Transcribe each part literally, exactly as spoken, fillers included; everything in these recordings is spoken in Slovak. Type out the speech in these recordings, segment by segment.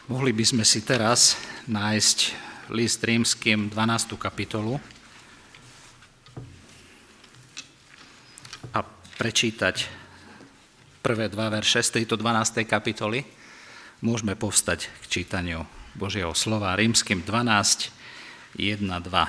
Mohli by sme si teraz nájsť list Rímskym dvanástu kapitolu a prečítať prvé dva verše z tejto dvanástej kapitoly. Môžeme povstať k čítaniu Božieho slova. Rímskym dvanásť, jeden dva.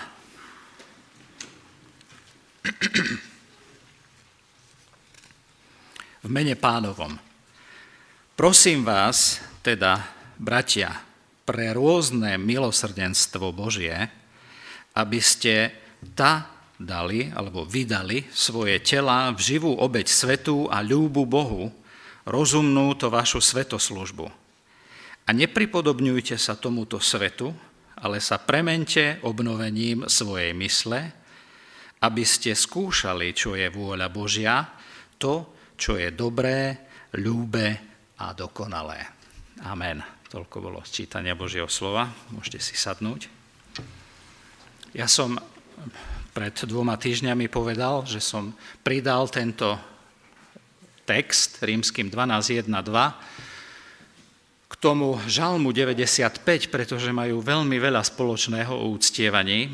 V mene Pánovom. Prosím vás, teda, bratia, pre rôzne milosrdenstvo Božie, aby ste ta dali, alebo vydali svoje tela v živú obeť svätú a ľúbu Bohu, rozumnú to vašu svätoslužbu. A nepripodobňujte sa tomuto svetu, ale sa premente obnovením svojej mysle, aby ste skúšali, čo je vôľa Božia, to, čo je dobré, ľúbe a dokonalé. Amen. Toľko bolo čítania Božieho slova. Môžete si sadnúť. Ja som pred dvoma týždňami povedal, že som pridal tento text Rímskym dvanásť, jeden dva k tomu Žalmu deväťdesiatpäť, pretože majú veľmi veľa spoločného o uctievaní.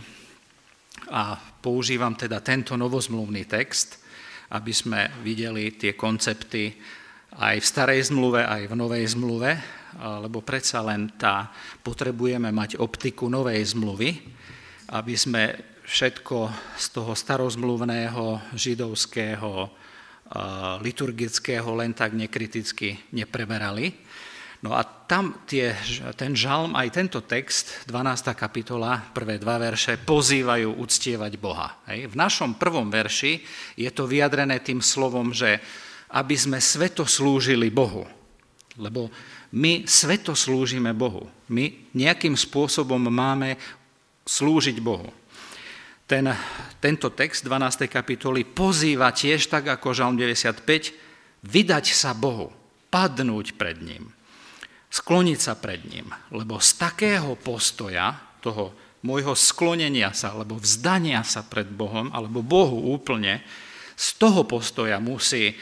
A používam teda tento novozmluvný text, aby sme videli tie koncepty aj v starej zmluve, aj v novej zmluve, lebo predsa len tá, potrebujeme mať optiku novej zmluvy, aby sme všetko z toho starozmluvného, židovského, liturgického len tak nekriticky nepreberali. No a tam tie, ten žalm, aj tento text, dvanásta kapitola, prvé dva verše, pozývajú uctievať Boha. Hej. V našom prvom verši je to vyjadrené tým slovom, že aby sme sveto slúžili Bohu. Lebo my sveto slúžime Bohu. My nejakým spôsobom máme slúžiť Bohu. Ten, tento text dvanástej kapitoly pozýva tiež, tak ako Žalm deväťdesiatpäť, vydať sa Bohu, padnúť pred ním, skloniť sa pred ním. Lebo z takého postoja, toho môjho sklonenia sa, alebo vzdania sa pred Bohom, alebo Bohu úplne, z toho postoja musí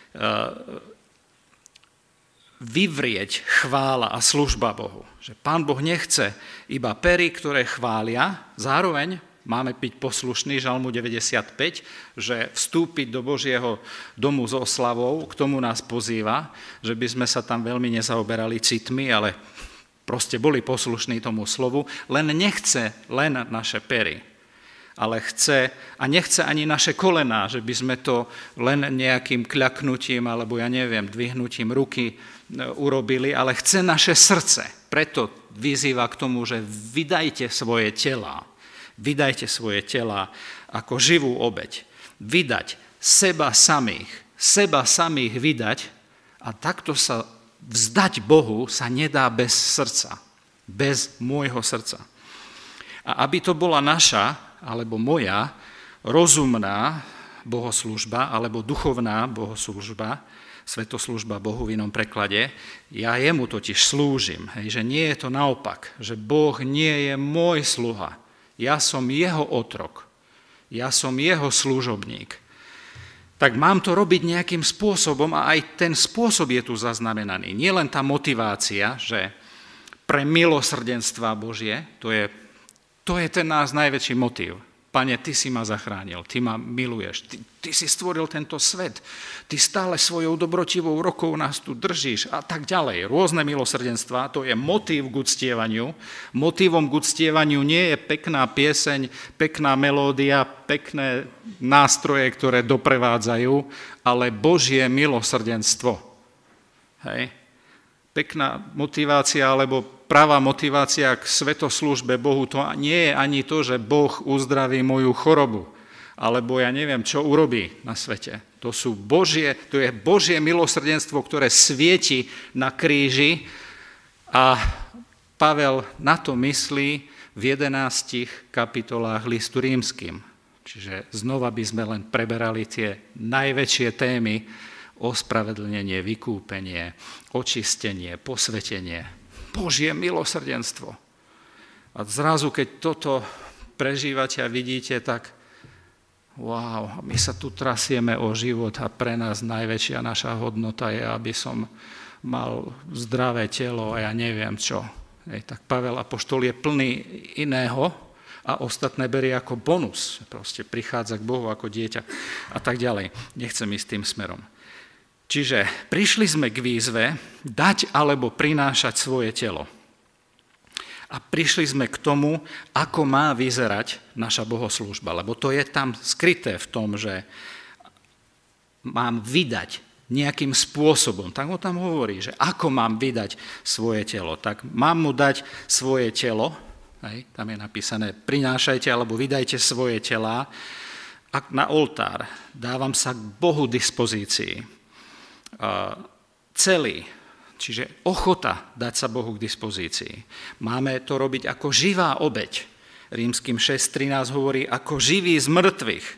vyvrieť chvála a služba Bohu. Že Pán Boh nechce iba pery, ktoré chvália, zároveň máme byť poslušní Žalmu deväťdesiatpäť, že vstúpiť do Božieho domu s oslavou, k tomu nás pozýva, že by sme sa tam veľmi nezaoberali citmi, ale proste boli poslušní tomu slovu, len nechce len naše pery, ale chce a nechce ani naše kolená, že by sme to len nejakým kľaknutím alebo ja neviem, dvihnutím ruky urobili, ale chce naše srdce. Preto vyzýva k tomu, že vydajte svoje tela, vydajte svoje tela ako živú obeť. Vydať seba samých, seba samých vydať a takto sa vzdať Bohu sa nedá bez srdca, bez môjho srdca. A aby to bola naša alebo moja rozumná bohoslužba, alebo duchovná bohoslužba, svetoslužba Bohu v inom preklade, ja jemu totiž slúžim. Hej, že nie je to naopak, že Boh nie je môj sluha. Ja som jeho otrok. Ja som jeho služobník. Tak mám to robiť nejakým spôsobom a aj ten spôsob je tu zaznamenaný. Nie len tá motivácia, že pre milosrdenstva Božie, to je To je ten náš najväčší motív. Pane, ty si ma zachránil, ty ma miluješ, ty, ty si stvoril tento svet, ty stále svojou dobrotivou rukou nás tu držíš a tak ďalej. Rôzne milosrdenstva, to je motív k uctievaniu. Motívom k uctievaniu nie je pekná pieseň, pekná melódia, pekné nástroje, ktoré doprevádzajú, ale Božie milosrdenstvo. Hej. Pekná motivácia, alebo pravá motivácia k svetoslúžbe Bohu, to nie je ani to, že Boh uzdraví moju chorobu, alebo ja neviem, čo urobí na svete. To sú Božie, to je Božie milosrdenstvo, ktoré svieti na kríži a Pavel na to myslí v jedenástich kapitolách listu Rímskym. Čiže znova by sme len preberali tie najväčšie témy, ospravedlnenie, vykúpenie, očistenie, posvetenie, Božie milosrdenstvo. A zrazu, keď toto prežívate a vidíte, tak wow, my sa tu trasieme o život a pre nás najväčšia naša hodnota je, aby som mal zdravé telo a ja neviem čo. Hej, tak Pavel apoštol je plný iného a ostatné berie ako bonus. Proste prichádza k Bohu ako dieťa a tak ďalej. Nechcem ísť tým smerom. Čiže prišli sme k výzve dať alebo prinášať svoje telo. A prišli sme k tomu, ako má vyzerať naša bohoslúžba. Lebo to je tam skryté v tom, že mám vydať nejakým spôsobom. Tak ho tam hovorí, že ako mám vydať svoje telo. Tak mám mu dať svoje telo, hej, tam je napísané, prinášajte alebo vydajte svoje telá na oltár. Dávam sa k Bohu dispozícii. Celý. Čiže ochota dať sa Bohu k dispozícii. Máme to robiť ako živá obeť. Rímskym šesť trinásť hovorí, ako živí z mŕtvych.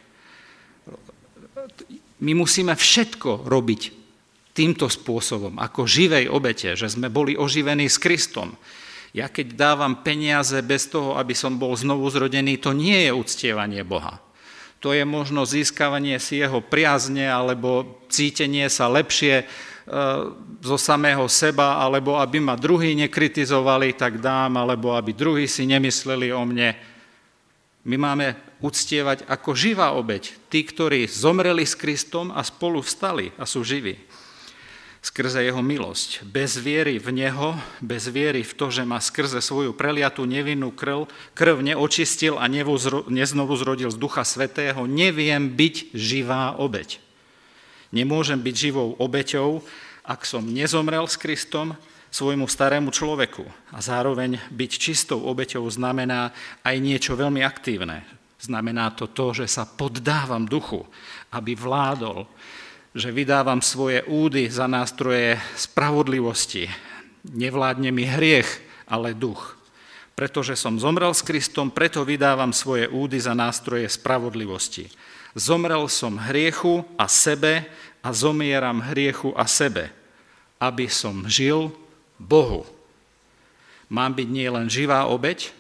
My musíme všetko robiť týmto spôsobom, ako živej obete, že sme boli oživení s Kristom. Ja keď dávam peniaze bez toho, aby som bol znovu zrodený, to nie je uctievanie Boha. To je možno získavanie si jeho priazne alebo cítenie sa lepšie zo samého seba, alebo aby ma druhí nekritizovali, tak dám, alebo aby druhí si nemysleli o mne. My máme uctievať ako živá obeť tí, ktorí zomreli s Kristom a spolu vstali a sú živí. Skrze jeho milosť. Bez viery v neho, bez viery v to, že ma skrze svoju preliatú nevinnú krv, krv neočistil a neznovu zrodil z Ducha Svätého, neviem byť živá obeť. Nemôžem byť živou obeťou, ak som nezomrel s Kristom svojmu starému človeku. A zároveň byť čistou obeťou znamená aj niečo veľmi aktívne. Znamená to to, že sa poddávam duchu, aby vládol, že vydávam svoje údy za nástroje spravodlivosti. Nevládne mi hriech, ale duch. Pretože som zomrel s Kristom, preto vydávam svoje údy za nástroje spravodlivosti. Zomrel som hriechu a sebe a zomieram hriechu a sebe, aby som žil Bohu. Mám byť nie len živá obeť,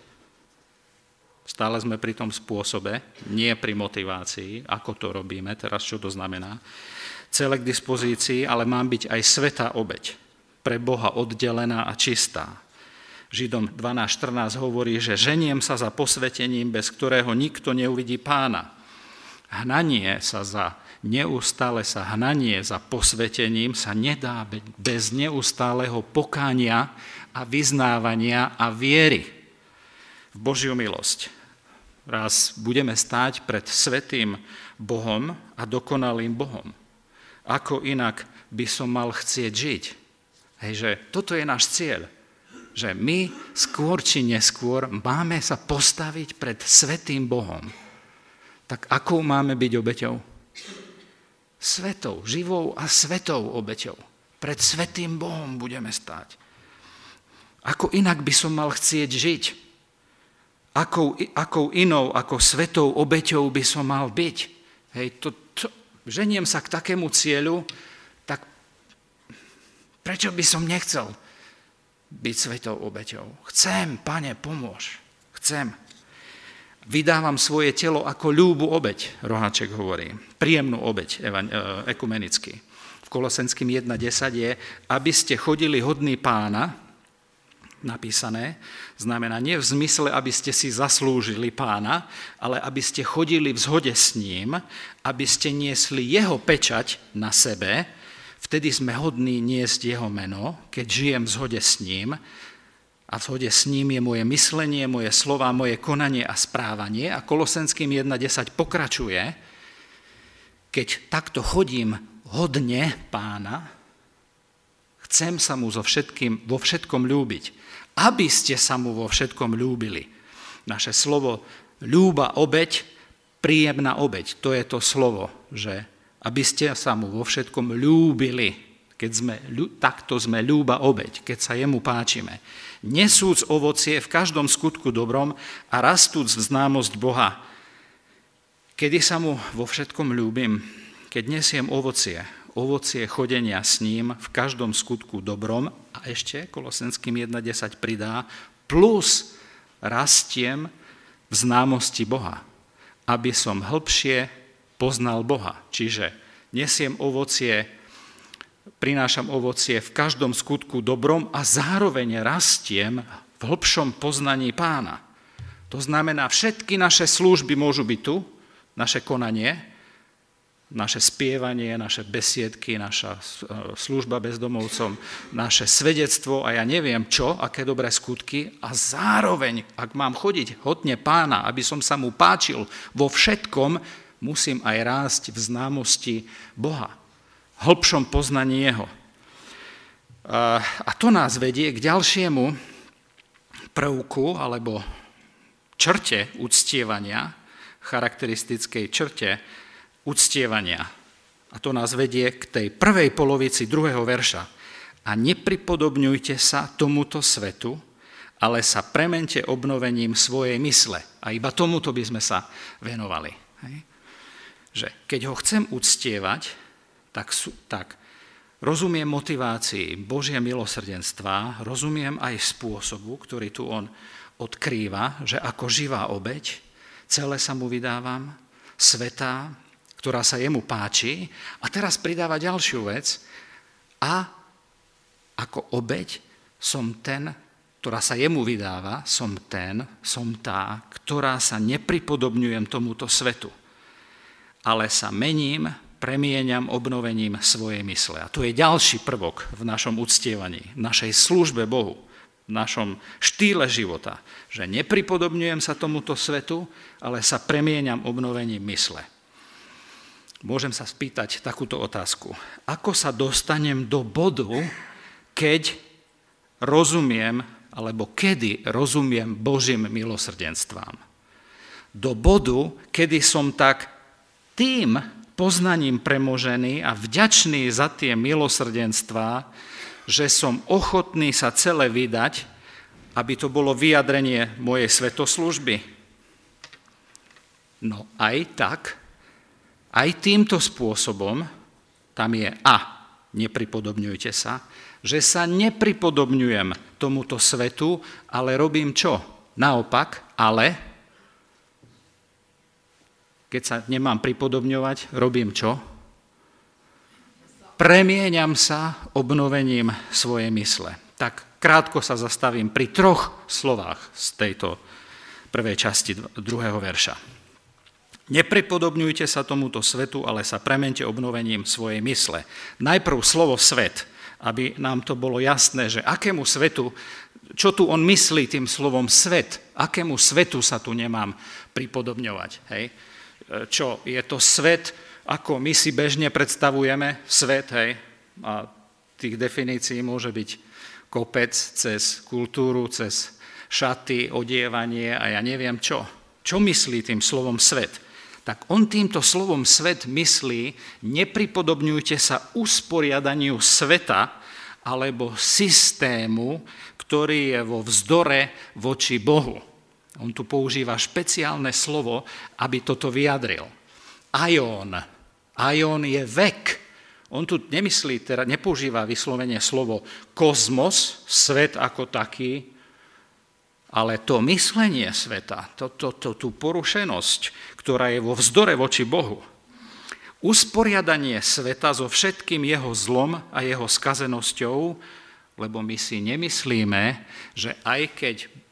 stále sme pri tom spôsobe, nie pri motivácii, ako to robíme, teraz čo to znamená, celé k dispozícii, ale mám byť aj svätá obeť, pre Boha oddelená a čistá. Židom dvanásť štrnásť hovorí, že ženiem sa za posvetením, bez ktorého nikto neuvidí Pána. Hnanie sa za, neustále sa hnanie za posvetením sa nedá bez neustáleho pokánia a vyznávania a viery v Božiu milosť. Raz budeme stáť pred svätým Bohom a dokonalým Bohom. Ako inak by som mal chcieť žiť? Hej, že toto je náš cieľ. Že my skôr či neskôr máme sa postaviť pred svätým Bohom. Tak akou máme byť obeťou? Svetou, živou a svetou obeťou. Pred svätým Bohom budeme stáť. Ako inak by som mal chcieť žiť? Akou, akou inou, ako svetou obeťou by som mal byť? Hej, to, to, ženiem sa k takému cieľu, tak prečo by som nechcel byť svetou obeťou? Chcem, Pane, pomôž. Chcem. Vydávam svoje telo ako ľúbu obeť, Roháček hovorí. Príjemnú obeť ekumenicky. V Kolosenským jedna desať je, aby ste chodili hodní Pána, napísané, znamená nie v zmysle, aby ste si zaslúžili Pána, ale aby ste chodili v zhode s ním, aby ste niesli jeho pečať na sebe, vtedy sme hodní niesť jeho meno, keď žijem v zhode s ním, a v zhode s ním je moje myslenie, moje slova, moje konanie a správanie. A Kolosenským jedna desať pokračuje, keď takto chodím hodne Pána, chcem sa mu so všetkým, vo všetkom ľúbiť, aby ste sa mu vo všetkom ľúbili. Naše slovo ľúba obeť, príjemná obeť, to je to slovo, že aby ste sa mu vo všetkom ľúbili. Keď sme, takto sme ľúba obeť, keď sa jemu páčime. Nesúc ovocie v každom skutku dobrom a rastúc v známosť Boha. Kedy sa mu vo všetkom ľúbim, keď nesiem ovocie, ovocie chodenia s ním v každom skutku dobrom, a ešte Kolosenským jedna desať pridá, plus rastiem v známosti Boha, aby som hĺbšie poznal Boha. Čiže nesiem ovocie prinášam ovocie v každom skutku dobrom a zároveň rastiem v hlbšom poznaní Pána. To znamená, všetky naše služby môžu byť tu, naše konanie, naše spievanie, naše besiedky, naša služba bezdomovcom, naše svedectvo a ja neviem čo, aké dobré skutky a zároveň, ak mám chodiť hodne Pána, aby som sa mu páčil vo všetkom, musím aj rásť v známosti Boha, v hlbšom poznaní Jeho. A to nás vedie k ďalšiemu prvku alebo črte uctievania, charakteristickej črte uctievania. A to nás vedie k tej prvej polovici druhého verša. A nepripodobňujte sa tomuto svetu, ale sa premente obnovením svojej mysle. A iba tomuto by sme sa venovali. Hej? Že keď ho chcem uctievať, tak, tak rozumiem motivácii Božie milosrdenstva, rozumiem aj spôsobu, ktorý tu on odkrýva, že ako živá obeť, celé sa mu vydávam, svätá, ktorá sa jemu páči. A teraz pridáva ďalšiu vec. A ako obeť som ten, ktorá sa jemu vydáva, som ten, som tá, ktorá sa nepripodobňujem tomuto svetu, ale sa mením, premieňam obnovením svojej mysle. A to je ďalší prvok v našom uctievaní, v našej službe Bohu, v našom štýle života, že nepripodobňujem sa tomuto svetu, ale sa premieňam obnovením mysle. Môžem sa spýtať takúto otázku. Ako sa dostanem do bodu, keď rozumiem, alebo kedy rozumiem Božím milosrdenstvám? Do bodu, kedy som tak tým poznaním premožený a vďačný za tie milosrdenstvá, že som ochotný sa celé vydať, aby to bolo vyjadrenie mojej svätoslužby. No aj tak, aj týmto spôsobom, tam je a, nepripodobňujte sa, že sa nepripodobňujem tomuto svetu, ale robím čo? Naopak, ale, keď sa nemám pripodobňovať, robím čo? Premieňam sa obnovením svojej mysle. Tak krátko sa zastavím pri troch slovách z tejto prvej časti druhého verša. Nepripodobňujte sa tomuto svetu, ale sa premente obnovením svojej mysle. Najprv slovo svet, aby nám to bolo jasné, že akému svetu, čo tu on myslí tým slovom svet, akému svetu sa tu nemám pripodobňovať. Hej? Čo je to svet, ako my si bežne predstavujeme svet, hej? A tých definícií môže byť kopec cez kultúru, cez šaty, odievanie a ja neviem čo. Čo myslí tým slovom svet? Tak on týmto slovom svet myslí, nepripodobňujte sa usporiadaniu sveta alebo systému, ktorý je vo vzdore voči Bohu. On tu používa špeciálne slovo, aby toto vyjadril. Aion. Aion je vek. On tu nemyslí, teda nepoužíva vyslovene slovo kozmos, svet ako taký, ale to myslenie sveta, to, to, to, tú porušenosť, ktorá je vo vzdore voči Bohu. Usporiadanie sveta so všetkým jeho zlom a jeho skazenosťou, lebo my si nemyslíme, že aj keď,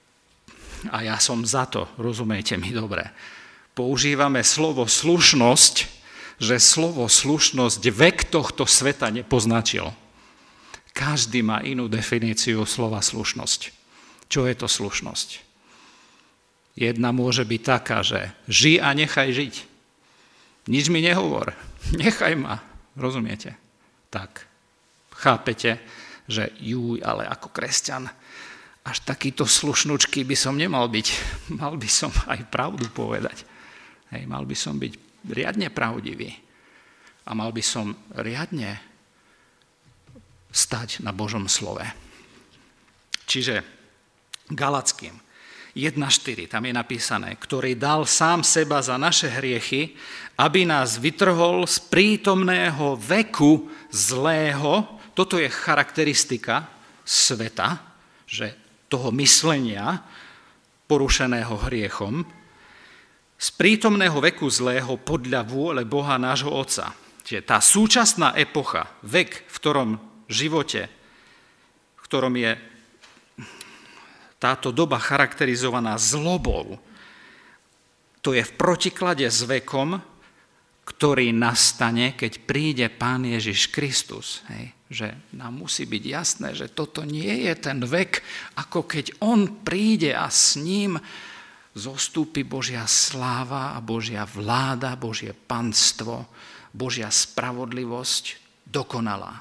a ja som za to, rozumejte mi dobre, používame slovo slušnosť, že slovo slušnosť vek tohto sveta nepoznačil. Každý má inú definíciu slova slušnosť. Čo je to slušnosť? Jedna môže byť taká, že žij a nechaj žiť. Nič mi nehovor. Nechaj ma. Rozumiete? Tak. Chápete, že juj, ale ako kresťan, až takýto slušnučký by som nemal byť. Mal by som aj pravdu povedať. Hej, mal by som byť riadne pravdivý. A mal by som riadne stať na Božom slove. Čiže Galackým jedna štyri, tam je napísané, ktorý dal sám seba za naše hriechy, aby nás vytrhol z prítomného veku zlého. Toto je charakteristika sveta, že toho myslenia porušeného hriechom, z prítomného veku zlého podľa vôle Boha nášho Otca. Čiže tá súčasná epocha, vek, v ktorom živote, v ktorom je táto doba charakterizovaná zlobou, to je v protiklade s vekom, ktorý nastane, keď príde Pán Ježiš Kristus. Hej. Že nám musí byť jasné, že toto nie je ten vek, ako keď on príde a s ním zostúpi Božia sláva a Božia vláda, Božie panstvo, Božia spravodlivosť dokonalá.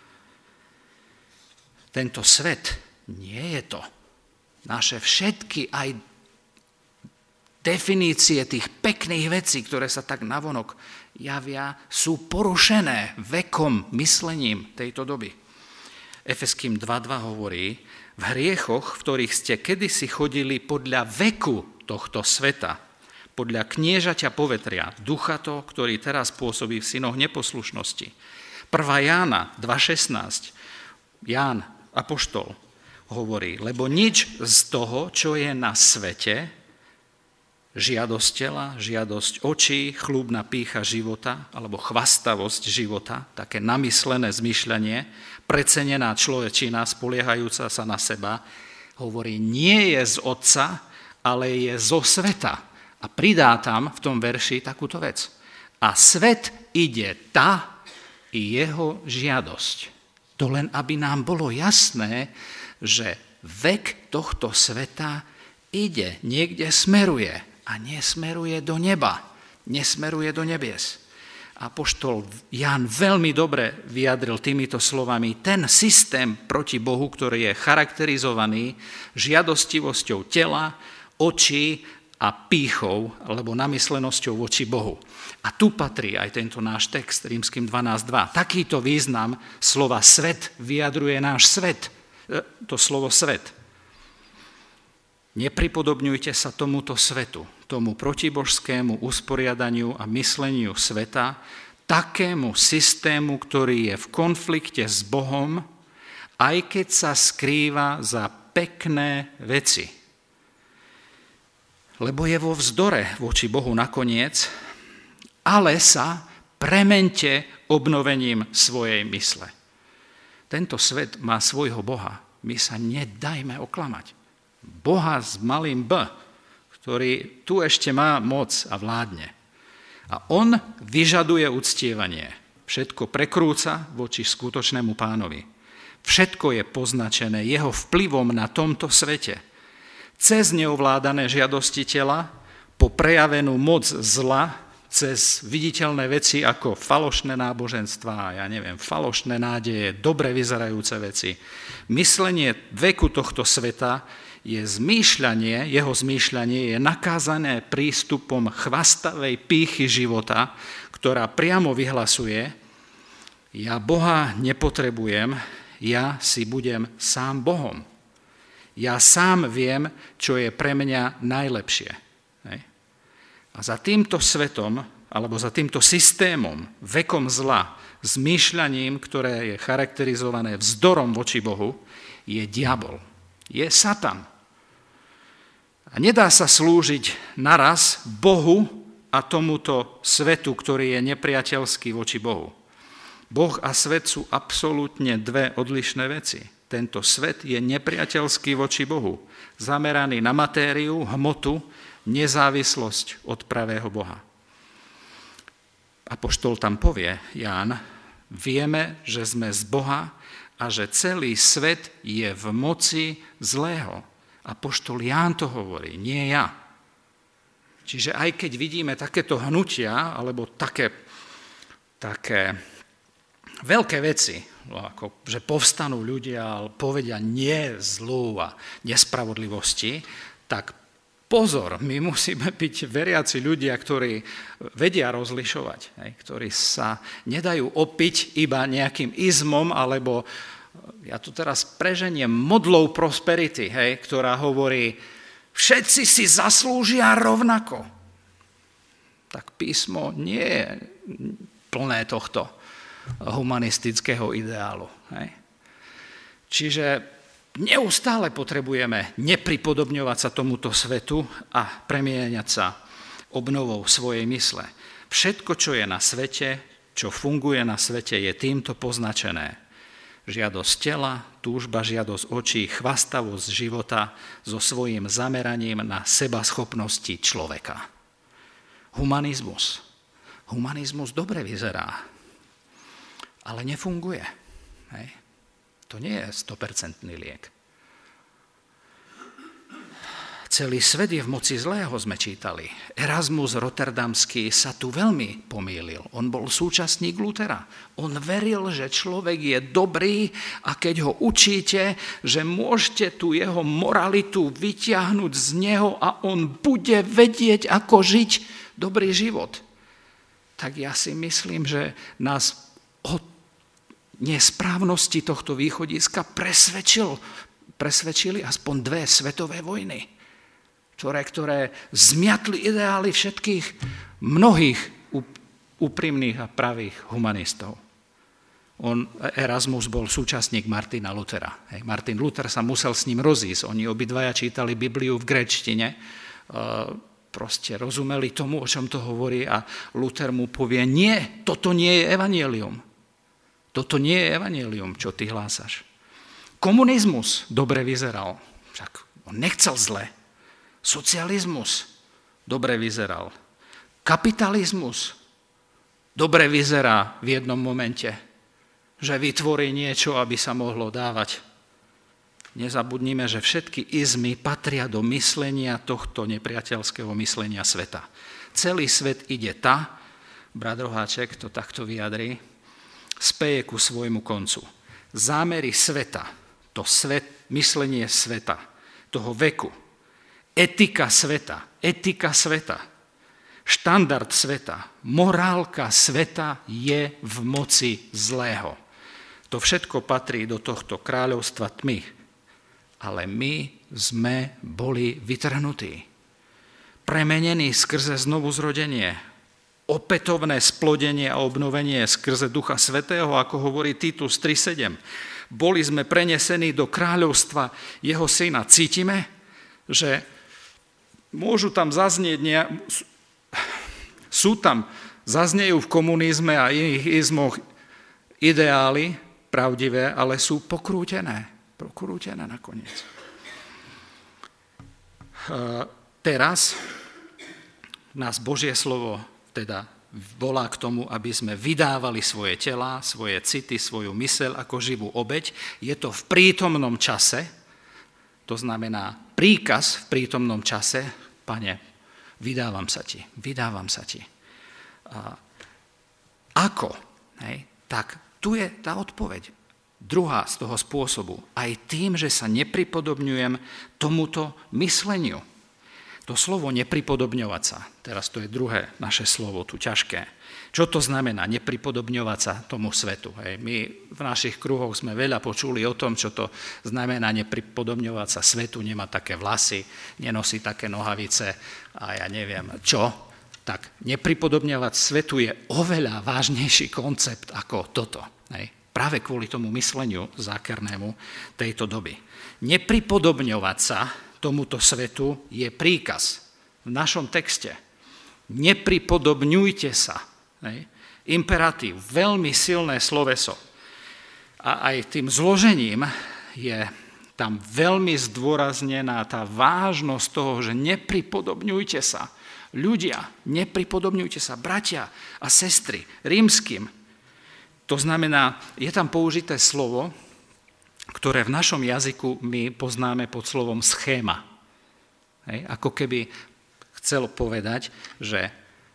Tento svet nie je to. Naše všetky aj definície tých pekných vecí, ktoré sa tak navonok javia, sú porušené vekom, myslením tejto doby. Efeským dva dva hovorí, v hriechoch, v ktorých ste kedysi chodili podľa veku tohto sveta, podľa kniežaťa povetria, ducha to, ktorý teraz pôsobí v synoch neposlušnosti. prvá Jána dva šestnásť, Ján, apoštol, hovorí, lebo nič z toho, čo je na svete, žiadosť tela, žiadosť očí, chlúbna pýcha života alebo chvastavosť života, také namyslené zmýšľanie, precenená človečina, spoliehajúca sa na seba, hovorí, nie je z Otca, ale je zo sveta. A pridá tam v tom verši takúto vec. A svet ide tá i jeho žiadosť. To len, aby nám bolo jasné, že vek tohto sveta ide, niekde smeruje. A nesmeruje do neba, nesmeruje do nebies. Apoštol Ján veľmi dobre vyjadril týmito slovami ten systém proti Bohu, ktorý je charakterizovaný žiadostivosťou tela, očí a pýchou, alebo namyslenosťou voči Bohu. A tu patrí aj tento náš text, Rímskym dvanásť dva. Takýto význam slova svet vyjadruje náš svet, to slovo svet. Nepripodobňujte sa tomuto svetu, tomu protibožskému usporiadaniu a mysleniu sveta, takému systému, ktorý je v konflikte s Bohom, aj keď sa skrýva za pekné veci. Lebo je vo vzdore voči Bohu nakoniec, ale sa premente obnovením svojej mysle. Tento svet má svojho Boha. My sa nedajme oklamať. Boha s malým B, ktorý tu ešte má moc a vládne. A on vyžaduje uctievanie. Všetko prekrúca voči skutočnému Pánovi. Všetko je poznačené jeho vplyvom na tomto svete. Cez neovládané žiadosti tela, po prejavenú moc zla, cez viditeľné veci ako falošné náboženstvá, ja neviem, falošné nádeje, dobre vyzerajúce veci. Myslenie veku tohto sveta je zmýšľanie, jeho zmýšľanie je nakázané prístupom chvastavej pýchy života, ktorá priamo vyhlasuje, ja Boha nepotrebujem, ja si budem sám Bohom. Ja sám viem, čo je pre mňa najlepšie. Hej. A za týmto svetom, alebo za týmto systémom, vekom zla, zmýšľaním, ktoré je charakterizované vzdorom voči Bohu, je diabol, je Satan. A nedá sa slúžiť naraz Bohu a tomuto svetu, ktorý je nepriateľský voči Bohu. Boh a svet sú absolútne dve odlišné veci. Tento svet je nepriateľský voči Bohu, zameraný na matériu, hmotu, nezávislosť od pravého Boha. Apoštol tam povie, Ján, vieme, že sme z Boha a že celý svet je v moci zlého. Apoštol Ján to hovorí, nie ja. Čiže aj keď vidíme takéto hnutia, alebo také, také veľké veci, ako, že povstanú ľudia a povedia nie zlu a nespravodlivosti, tak pozor, my musíme byť veriaci ľudia, ktorí vedia rozlišovať, hej, ktorí sa nedajú opiť iba nejakým izmom, alebo ja tu teraz preženiem modlou prosperity, hej, ktorá hovorí, všetci si zaslúžia rovnako. Tak písmo nie je plné tohto humanistického ideálu. Hej. Čiže neustále potrebujeme nepripodobňovať sa tomuto svetu a premieňať sa obnovou svojej mysle. Všetko, čo je na svete, čo funguje na svete, je týmto poznačené. Žiadosť tela, túžba, žiadosť očí, chvastavosť života so svojím zameraním na sebaschopnosti človeka. Humanizmus. Humanizmus dobre vyzerá, ale nefunguje. Hej. To nie je sto percent liek. Celý svet je v moci zlého, sme čítali. Erasmus Rotterdamský sa tu veľmi pomýlil. On bol súčasník Lutera. On veril, že človek je dobrý a keď ho učíte, že môžete tú jeho moralitu vyťahnuť z neho a on bude vedieť, ako žiť dobrý život. Tak ja si myslím, že nás o nesprávnosti tohto východiska presvedčil, presvedčili aspoň dve svetové vojny, ktoré, ktoré zmiatli ideály všetkých mnohých úprimných a pravých humanistov. On, Erasmus bol súčasník Martina Luthera. Hej, Martin Luther sa musel s ním rozísť. Oni obidvaja čítali Bibliu v gréčtine, proste rozumeli tomu, o čom to hovorí a Luther mu povie, nie, toto nie je evanjelium. Toto nie je evanjelium, čo ty hlásaš. Komunizmus dobre vyzeral, však on nechcel zle. Socializmus dobre vyzeral. Kapitalizmus dobre vyzerá v jednom momente, že vytvorí niečo, aby sa mohlo dávať. Nezabudnime, že všetky izmy patria do myslenia tohto nepriateľského myslenia sveta. Celý svet ide tá, brat Roháček to takto vyjadrí, speje ku svojmu koncu. Zámery sveta, to svet, myslenie sveta, toho veku, etika sveta, etika sveta, štandard sveta, morálka sveta je v moci zlého. To všetko patrí do tohto kráľovstva tmy. Ale my sme boli vytrhnutí. Premenení skrze znovuzrodenie, opätovné splodenie a obnovenie skrze Ducha Svätého, ako hovorí Titus tri sedem. Boli sme prenesení do kráľovstva jeho syna. Cítime, že môžu tam zaznieť, ne... sú tam, zaznejú v komunizme a iných izmoch ideály pravdivé, ale sú pokrútené. Pokrútené nakoniec. Teraz nás Božie slovo teda volá k tomu, aby sme vydávali svoje tela, svoje city, svoju myseľ ako živú obeť. Je to v prítomnom čase, to znamená príkaz v prítomnom čase, Pane, vydávam sa ti, vydávam sa ti. A ako? Hej? Tak tu je tá odpoveď. Druhá z toho spôsobu. Aj tým, že sa nepripodobňujem tomuto mysleniu. To slovo nepripodobňovať sa, teraz to je druhé naše slovo, tu ťažké. Čo to znamená nepripodobňovať sa tomu svetu? Hej? My v našich kruhoch sme veľa počuli o tom, čo to znamená nepripodobňovať sa svetu, nemá také vlasy, nenosí také nohavice a ja neviem čo. Tak nepripodobňovať svetu je oveľa vážnejší koncept ako toto. Hej? Práve kvôli tomu mysleniu zákernému tejto doby. Nepripodobňovať sa tomuto svetu je príkaz v našom texte. Nepripodobňujte sa. Hej. Imperatív, veľmi silné sloveso. A aj tým zložením je tam veľmi zdôraznená tá vážnosť toho, že nepripodobňujte sa. Ľudia, nepripodobňujte sa, bratia a sestry, rímskym. To znamená, je tam použité slovo, ktoré v našom jazyku my poznáme pod slovom schéma. Hej, ako keby chcel povedať, že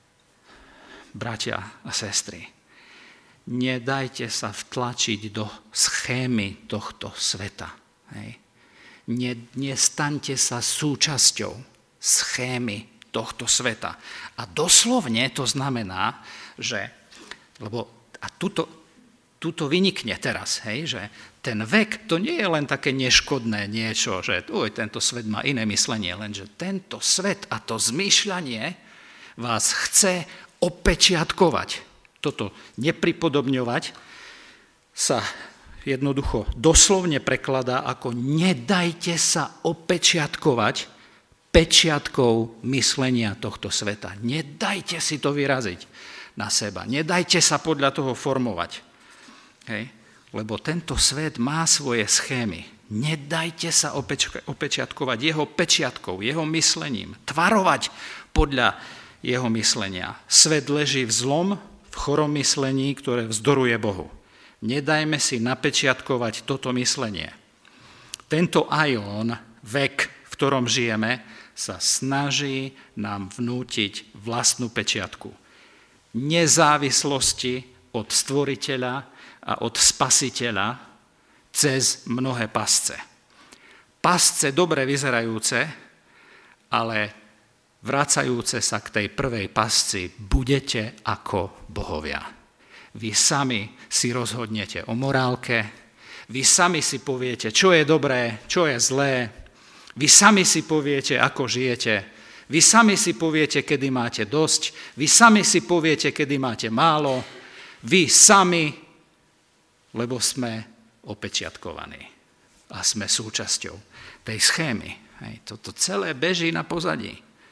bratia a sestry, nedajte sa vtlačiť do schémy tohto sveta. Hej. Ne, nestaňte sa súčasťou schémy tohto sveta. A doslovne to znamená, že, lebo a tuto, tuto vynikne teraz, hej, že ten vek, to nie je len také neškodné niečo, že uj, tento svet má iné myslenie, lenže tento svet a to zmýšľanie vás chce opečiatkovať. Toto nepripodobňovať sa jednoducho doslovne prekladá ako nedajte sa opečiatkovať pečiatkou myslenia tohto sveta. Nedajte si to vyraziť. na seba. Nedajte sa podľa toho formovať. Hej? Lebo tento svet má svoje schémy. Nedajte sa opečiatkovať jeho pečiatkou, jeho myslením. Tvarovať podľa jeho myslenia. Svet leží v zlom, v chorom myslení, ktoré vzdoruje Bohu. Nedajme si napečiatkovať toto myslenie. Tento aion, vek, v ktorom žijeme, sa snaží nám vnútiť vlastnú pečiatku. Nezávislosti od stvoriteľa a od spasiteľa cez mnohé pasce. Pasce dobre vyzerajúce, ale vracajúce sa k tej prvej pasci, budete ako bohovia. Vy sami si rozhodnete o morálke, vy sami si poviete, čo je dobré, čo je zlé, vy sami si poviete, ako žijete, vy sami si poviete, kedy máte dosť, vy sami si poviete, kedy máte málo, vy sami, lebo sme opečiatkovaní a sme súčasťou tej schémy. Hej, toto celé beží na pozadí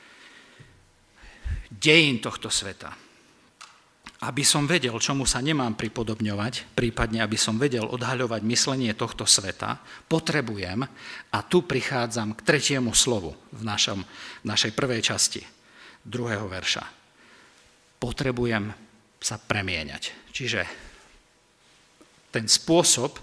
dejín tohto sveta. Aby som vedel, čomu sa nemám pripodobňovať, prípadne aby som vedel odhaľovať myslenie tohto sveta, potrebujem, a tu prichádzam k tretiemu slovu v, našom, v našej prvej časti, druhého verša. Potrebujem sa premieňať. Čiže ten spôsob,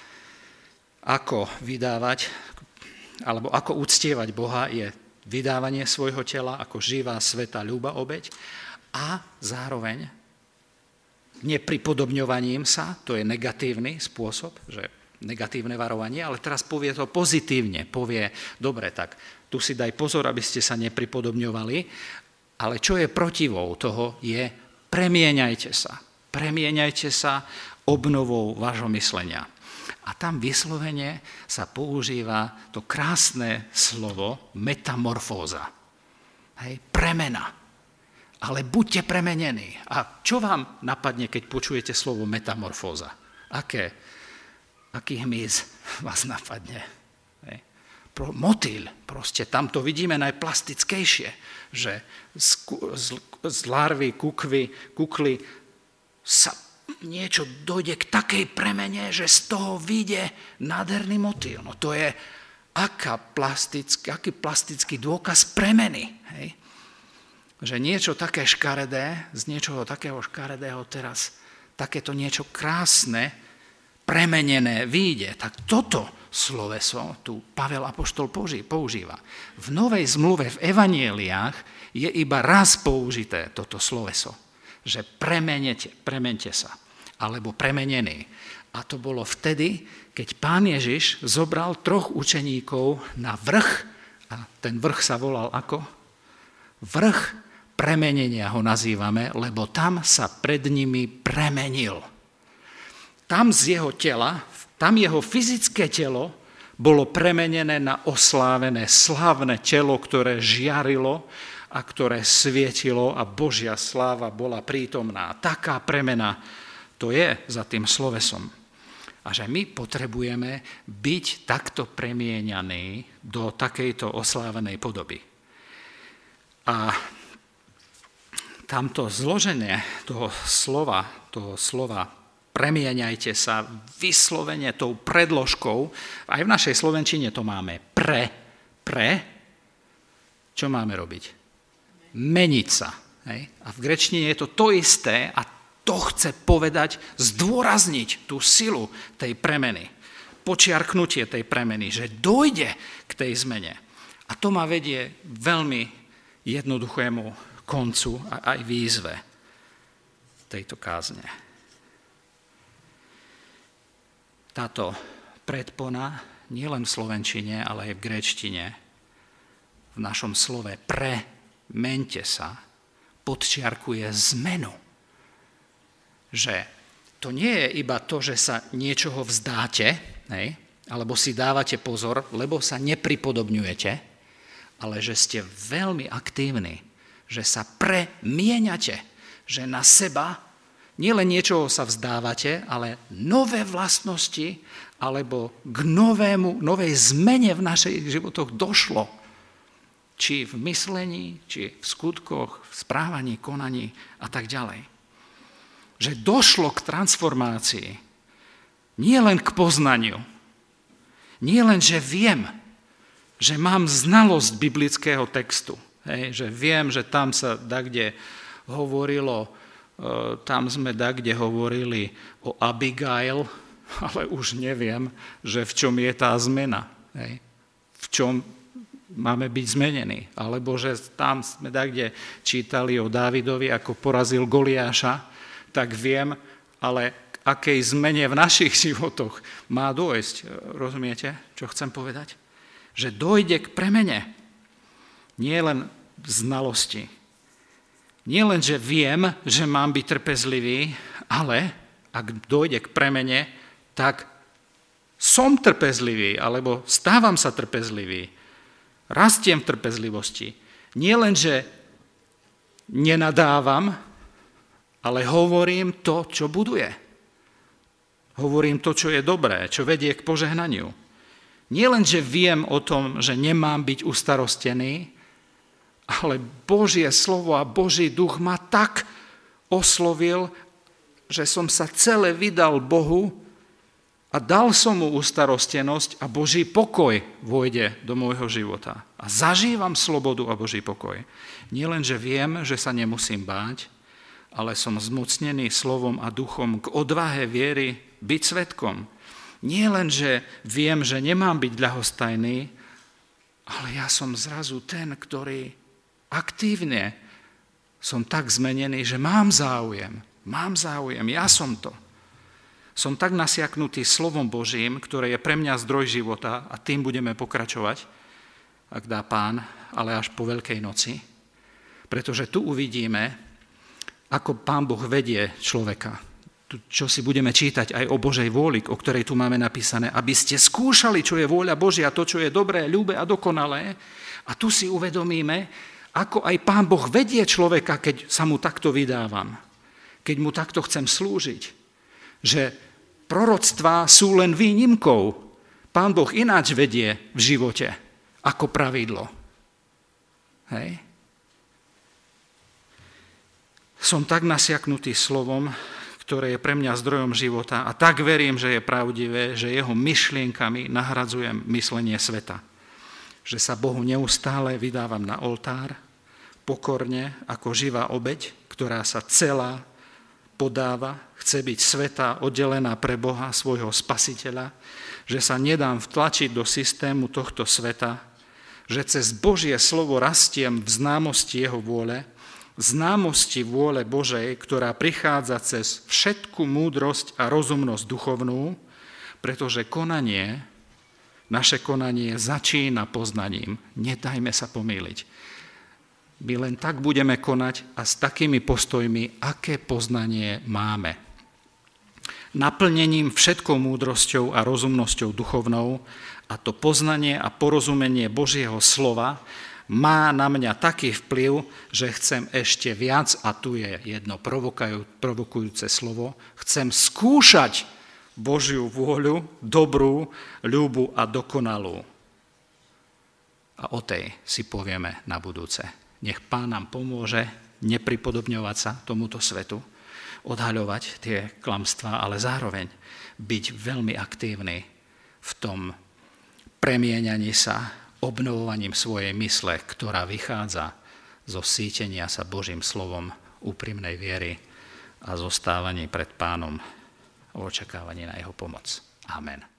ako vydávať, alebo ako uctievať Boha, je vydávanie svojho tela ako živá, svätá, ľúba obeť a zároveň nepripodobňovaním sa, to je negatívny spôsob, že negatívne varovanie, ale teraz povie to pozitívne, povie, dobre, tak tu si daj pozor, aby ste sa nepripodobňovali, ale čo je protivou toho, je premieňajte sa. Premieňajte sa obnovou vášho myslenia. A tam vyslovene sa používa to krásne slovo metamorfóza. Hej, premena. Ale buďte premenení. A čo vám napadne, keď počujete slovo metamorfóza? Aké, aký hmyz vás napadne? Hej. Pro, motýl, proste tam to vidíme najplastickejšie, že z, z, z larvy, kukvy, kukly sa niečo dojde k takej premene, že z toho vyjde nádherný motýl. No to je aká plastický, aký plastický dôkaz premeny. Hej? Že niečo také škaredé, z niečoho takého škaredého teraz takéto niečo krásne, premenené vyjde. Tak toto sloveso tu Pavel apoštol používa. V Novej zmluve, v evanjeliách je iba raz použité toto sloveso, že premenete, premente sa, alebo premenený. A to bolo vtedy, keď Pán Ježiš zobral troch učeníkov na vrch, a ten vrch sa volal ako? Vrch premenenia ho nazývame, lebo tam sa pred nimi premenil. Tam z jeho tela, tam jeho fyzické telo bolo premenené na oslávené, slávne telo, ktoré žiarilo a ktoré svietilo a Božia sláva bola prítomná. Taká premena to je za tým slovesom. A že my potrebujeme byť takto premieňaní do takejto oslávenej podoby. A tamto zloženie toho slova, toho slova premieňajte sa vyslovene tou predložkou, aj v našej slovenčine to máme pre, pre, čo máme robiť? Meniť sa. Hej? A v gréčtine je to to isté a to chce povedať, zdôrazniť tú silu tej premeny, počiarknutie tej premeny, že dojde k tej zmene. A to ma vedie veľmi jednoduchému koncu a aj výzve tejto kázne. Táto predpona nielen v slovenčine, ale aj v gréčtine, v našom slove premente sa, podčiarkuje zmenu. Že to nie je iba to, že sa niečoho vzdáte, hej, alebo si dávate pozor, lebo sa nepripodobňujete, ale že ste veľmi aktívni, že sa premieňate, že na seba nielen niečoho sa vzdávate, ale nové vlastnosti, alebo k novému, novej zmene v našich životoch došlo. Či v myslení, či v skutkoch, v správaní, konaní a tak ďalej. že došlo k transformácii. Nie len k poznaniu. Nie len, že viem, že mám znalosť biblického textu. Hej, že viem, že tam sa dakde hovorilo, tam sme dakde hovorili o Abigail, ale už neviem, že v čom je tá zmena. Hej. V čom máme byť zmenení. Alebo že tam sme dakde čítali o Dávidovi, ako porazil Goliáša, tak viem, ale k akej zmene v našich životoch má dôjsť. Rozumiete, čo chcem povedať? Že dojde k premene. Nie len znalosti. Nie len, že viem, že mám byť trpezlivý, ale ak dojde k premene, tak som trpezlivý, alebo stávam sa trpezlivý. Rastiem v trpezlivosti. Nie len, že nenadávam, ale hovorím to, čo buduje. Hovorím to, čo je dobré, čo vedie k požehnaniu. Nie len, že viem o tom, že nemám byť ustarostený, ale Božie slovo a Boží duch ma tak oslovil, že som sa celé vydal Bohu a dal som mu ustarostenosť a Boží pokoj vojde do môjho života. A zažívam slobodu a Boží pokoj. Nie len, že viem, že sa nemusím báť, ale som zmocnený slovom a duchom k odvahe viery byť svedkom. Nie len, že viem, že nemám byť ľahostajný, ale ja som zrazu ten, ktorý aktívne som tak zmenený, že mám záujem. Mám záujem, ja som to. Som tak nasiaknutý slovom Božím, ktoré je pre mňa zdroj života a tým budeme pokračovať, ak dá Pán, ale až po Veľkej noci. Pretože tu uvidíme, ako Pán Boh vedie človeka. Čo si budeme čítať aj o Božej vôli, o ktorej tu máme napísané, aby ste skúšali, čo je vôľa Božia, to, čo je dobré, ľúbe a dokonalé. A tu si uvedomíme, ako aj Pán Boh vedie človeka, keď sa mu takto vydávam, keď mu takto chcem slúžiť. Že proroctvá sú len výnimkou. Pán Boh ináč vedie v živote ako pravidlo. Hej? Som tak nasiaknutý slovom, ktoré je pre mňa zdrojom života a tak verím, že je pravdivé, že jeho myšlienkami nahradzujem myslenie sveta. Že sa Bohu neustále vydávam na oltár, pokorne ako živá obeť, ktorá sa celá podáva, chce byť sveta oddelená pre Boha, svojho spasiteľa, že sa nedám vtlačiť do systému tohto sveta, že cez Božie slovo rastiem v známosti jeho vôle, známosti vôle Božej, ktorá prichádza cez všetku múdrosť a rozumnosť duchovnú, pretože konanie, naše konanie začína poznaním. Nedajme sa pomýliť. My len tak budeme konať a s takými postojmi, aké poznanie máme. Naplnením všetkou múdrosťou a rozumnosťou duchovnou a to poznanie a porozumenie Božieho slova má na mňa taký vplyv, že chcem ešte viac, a tu je jedno provokujúce slovo, chcem skúšať Božiu vôľu, dobrú, ľúbu a dokonalú. A o tej si povieme na budúce. Nech Pán nám pomôže nepripodobňovať sa tomuto svetu, odhaľovať tie klamstvá, ale zároveň byť veľmi aktívny v tom premieňaní sa, obnovovaním svojej mysle, ktorá vychádza zo sítenia sa Božím slovom úprimnej viery a zostávaní pred Pánom v očakávaní na jeho pomoc. Amen.